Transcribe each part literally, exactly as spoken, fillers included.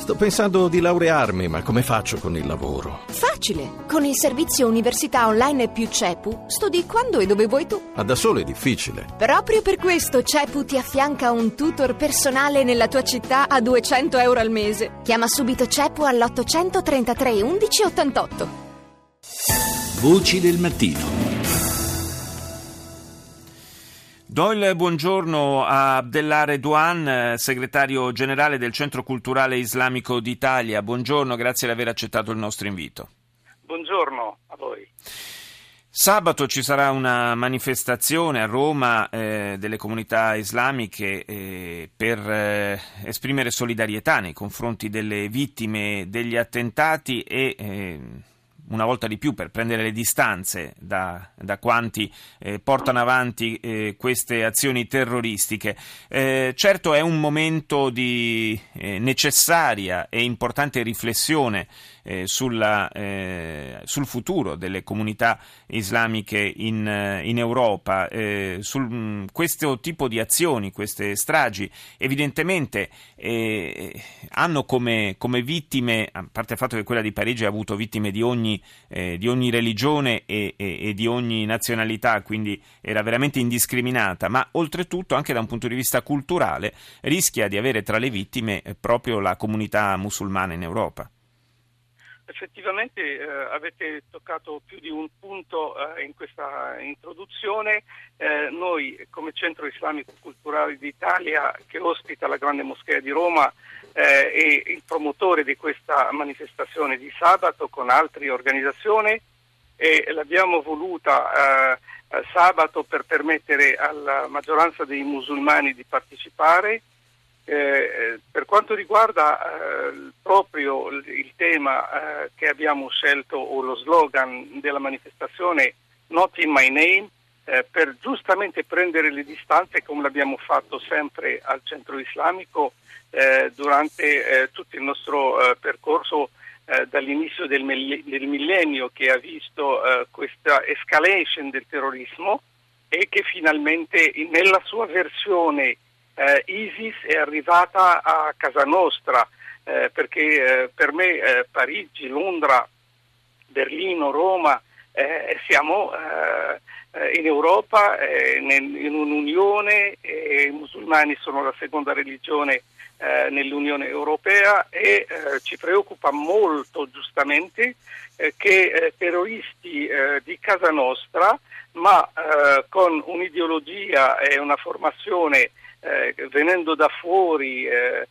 Sto pensando di laurearmi, ma come faccio con il lavoro? Facile! Con il servizio Università Online più CEPU studi quando e dove vuoi tu. Ma da solo è difficile. Proprio per questo CEPU ti affianca un tutor personale nella tua città a duecento euro al mese. Chiama subito CEPU all'ottocentotrentatré undici ottantotto. Voci del mattino. Do il buongiorno a Abdellah Redouan, segretario generale del Centro Culturale Islamico d'Italia. Buongiorno, grazie di aver accettato il nostro invito. Buongiorno a voi. Sabato ci sarà una manifestazione a Roma eh, delle comunità islamiche eh, per eh, esprimere solidarietà nei confronti delle vittime degli attentati e eh, una volta di più per prendere le distanze da, da quanti eh, portano avanti eh, queste azioni terroristiche. Eh, certo è un momento di eh, necessaria e importante riflessione eh, sulla, eh, sul futuro delle comunità islamiche in, in Europa. Eh, su questo tipo di azioni, queste stragi, evidentemente eh, hanno come, come vittime, a parte il fatto che quella di Parigi ha avuto vittime di ogni Eh, di ogni religione e, e, e di ogni nazionalità, quindi era veramente indiscriminata, ma oltretutto anche da un punto di vista culturale rischia di avere tra le vittime eh, proprio la comunità musulmana in Europa. Effettivamente eh, avete toccato più di un punto eh, in questa introduzione. Eh, noi come Centro Islamico Culturale d'Italia, che ospita la Grande Moschea di Roma, eh, e il promotore di questa manifestazione di sabato con altre organizzazioni, e l'abbiamo voluta eh, sabato per permettere alla maggioranza dei musulmani di partecipare. Eh, per quanto riguarda eh, proprio il, il tema eh, che abbiamo scelto, o lo slogan della manifestazione Not in my name, eh, per giustamente prendere le distanze, come l'abbiamo fatto sempre al Centro Islamico eh, durante eh, tutto il nostro eh, percorso eh, dall'inizio del, mill- del millennio, che ha visto eh, questa escalation del terrorismo e che finalmente nella sua versione Uh, ISIS è arrivata a casa nostra, eh, perché eh, per me eh, Parigi, Londra, Berlino, Roma, eh, siamo eh, in Europa, eh, nel, in un'unione, e i musulmani sono la seconda religione eh, nell'Unione Europea, e eh, ci preoccupa molto giustamente eh, che eh, terroristi eh, di casa nostra, ma eh, con un'ideologia e una formazione Eh, venendo da fuori, eh,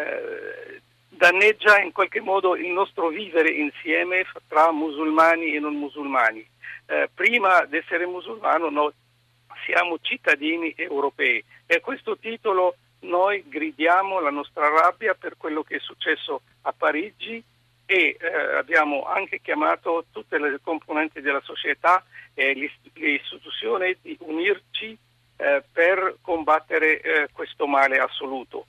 eh, danneggia in qualche modo il nostro vivere insieme tra musulmani e non musulmani. Eh, prima di essere musulmano noi siamo cittadini europei, e a questo titolo noi gridiamo la nostra rabbia per quello che è successo a Parigi, e eh, abbiamo anche chiamato tutte le componenti della società e le, le istituzioni di unirci Eh, per combattere eh, questo male assoluto.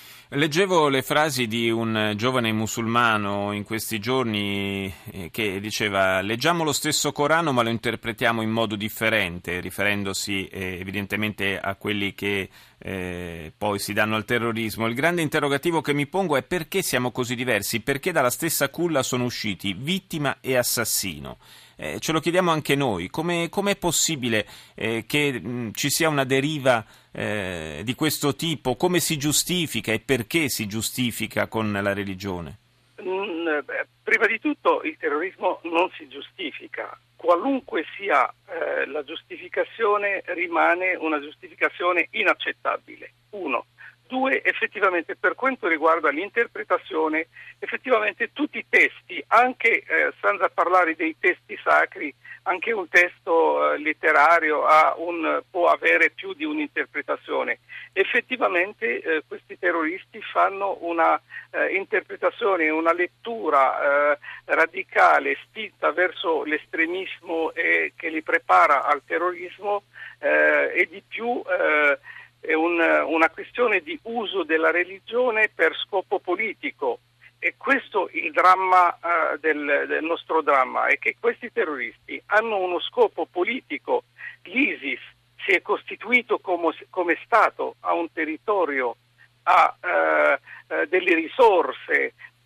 Leggevo le frasi di un giovane musulmano in questi giorni eh, che diceva: leggiamo lo stesso Corano ma lo interpretiamo in modo differente, riferendosi eh, evidentemente a quelli che eh, poi si danno al terrorismo. Il grande interrogativo che mi pongo è: perché siamo così diversi? Perché dalla stessa culla sono usciti vittima e assassino? Eh, ce lo chiediamo anche noi. Come è possibile eh, che mh, ci sia una deriva eh, di questo tipo? Come si giustifica e perché si giustifica con la religione? Mm, prima di tutto il terrorismo non si giustifica. Qualunque sia eh, la giustificazione, rimane una giustificazione inaccettabile. Uno. Due, effettivamente per quanto riguarda l'interpretazione, effettivamente tutti i testi, anche eh, senza parlare dei testi sacri, anche un testo eh, letterario ha un, può avere più di un'interpretazione. Effettivamente eh, questi terroristi fanno una eh, interpretazione, una lettura eh, radicale, spinta verso l'estremismo e che li prepara al terrorismo, eh, e di più eh, è un, una questione di uso della religione per scopo politico. E questo è il dramma uh, del, del nostro dramma, è che questi terroristi hanno uno scopo politico. L'ISIS si è costituito come, come Stato, ha un territorio, ha uh, uh, delle risorse,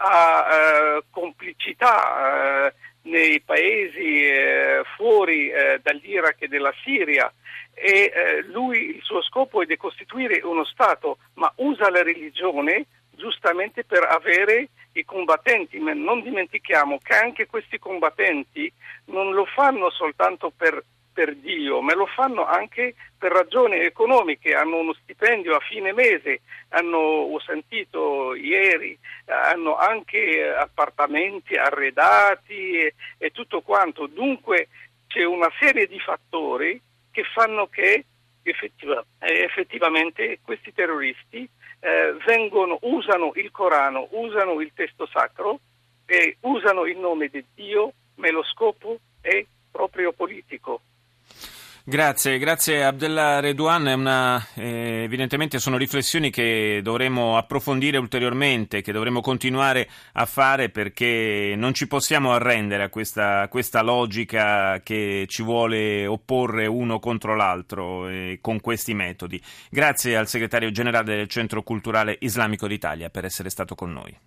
ha eh, complicità eh, nei paesi eh, fuori eh, dall'Iraq e dalla Siria, e eh, lui, il suo scopo è di costituire uno Stato, ma usa la religione giustamente per avere i combattenti. Ma non dimentichiamo che anche questi combattenti non lo fanno soltanto per, per Dio, ma lo fanno anche per ragioni economiche. Hanno uno stipendio a fine mese, hanno, ho sentito ieri, hanno anche appartamenti arredati e, e tutto quanto. Dunque c'è una serie di fattori che fanno che effettiva, effettivamente questi terroristi eh, vengono, usano il Corano, usano il testo sacro e usano il nome di Dio, ma lo scopo è proprio politico. Grazie, grazie Abdellah Redouane. È una, eh, evidentemente sono riflessioni che dovremo approfondire ulteriormente, che dovremo continuare a fare, perché non ci possiamo arrendere a questa, a questa logica che ci vuole opporre uno contro l'altro eh, con questi metodi. Grazie al segretario generale del Centro Culturale Islamico d'Italia per essere stato con noi.